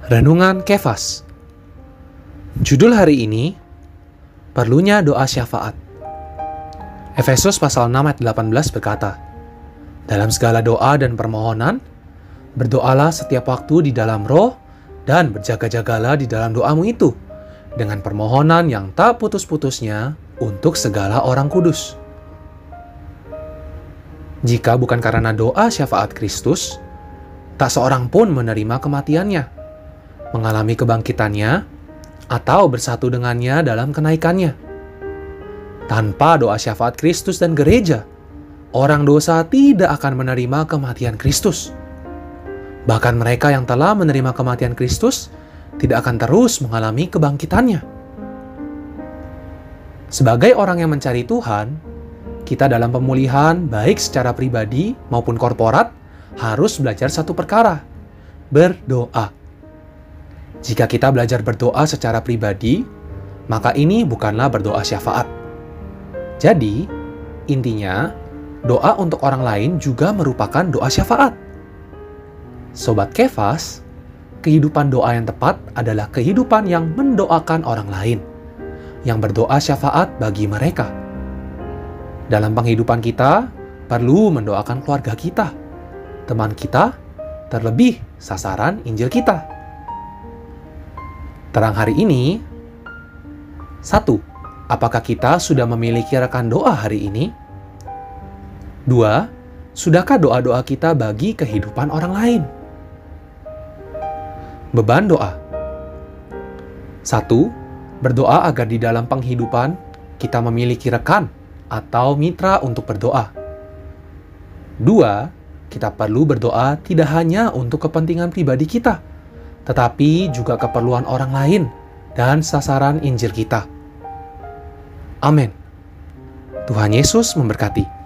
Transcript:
Renungan Kefas. Judul hari ini, perlunya doa syafaat. Efesus pasal 6 ayat 18 berkata, dalam segala doa dan permohonan, berdoalah setiap waktu di dalam roh dan berjaga-jagalah di dalam doamu itu, dengan permohonan yang tak putus-putusnya untuk segala orang kudus. Jika bukan karena doa syafaat Kristus, tak seorang pun menerima kematiannya, mengalami kebangkitannya, atau bersatu dengannya dalam kenaikannya. Tanpa doa syafaat Kristus dan gereja, orang dosa tidak akan menerima kematian Kristus. Bahkan mereka yang telah menerima kematian Kristus tidak akan terus mengalami kebangkitannya. Sebagai orang yang mencari Tuhan, kita dalam pemulihan baik secara pribadi maupun korporat harus belajar satu perkara, berdoa. Jika kita belajar berdoa secara pribadi, maka ini bukanlah berdoa syafaat. Jadi, intinya, doa untuk orang lain juga merupakan doa syafaat. Sobat Kefas, kehidupan doa yang tepat adalah kehidupan yang mendoakan orang lain, yang berdoa syafaat bagi mereka. Dalam penghidupan kita, perlu mendoakan keluarga kita, teman kita, terlebih sasaran Injil kita. Terang hari ini, 1. Apakah kita sudah memiliki rekan doa hari ini? 2. Sudahkah doa-doa kita bagi kehidupan orang lain? Beban doa. 1. Berdoa agar di dalam penghidupan kita memiliki rekan atau mitra untuk berdoa. 2. Kita perlu berdoa tidak hanya untuk kepentingan pribadi kita, tetapi juga keperluan orang lain dan sasaran Injil kita. Amin. Tuhan Yesus memberkati.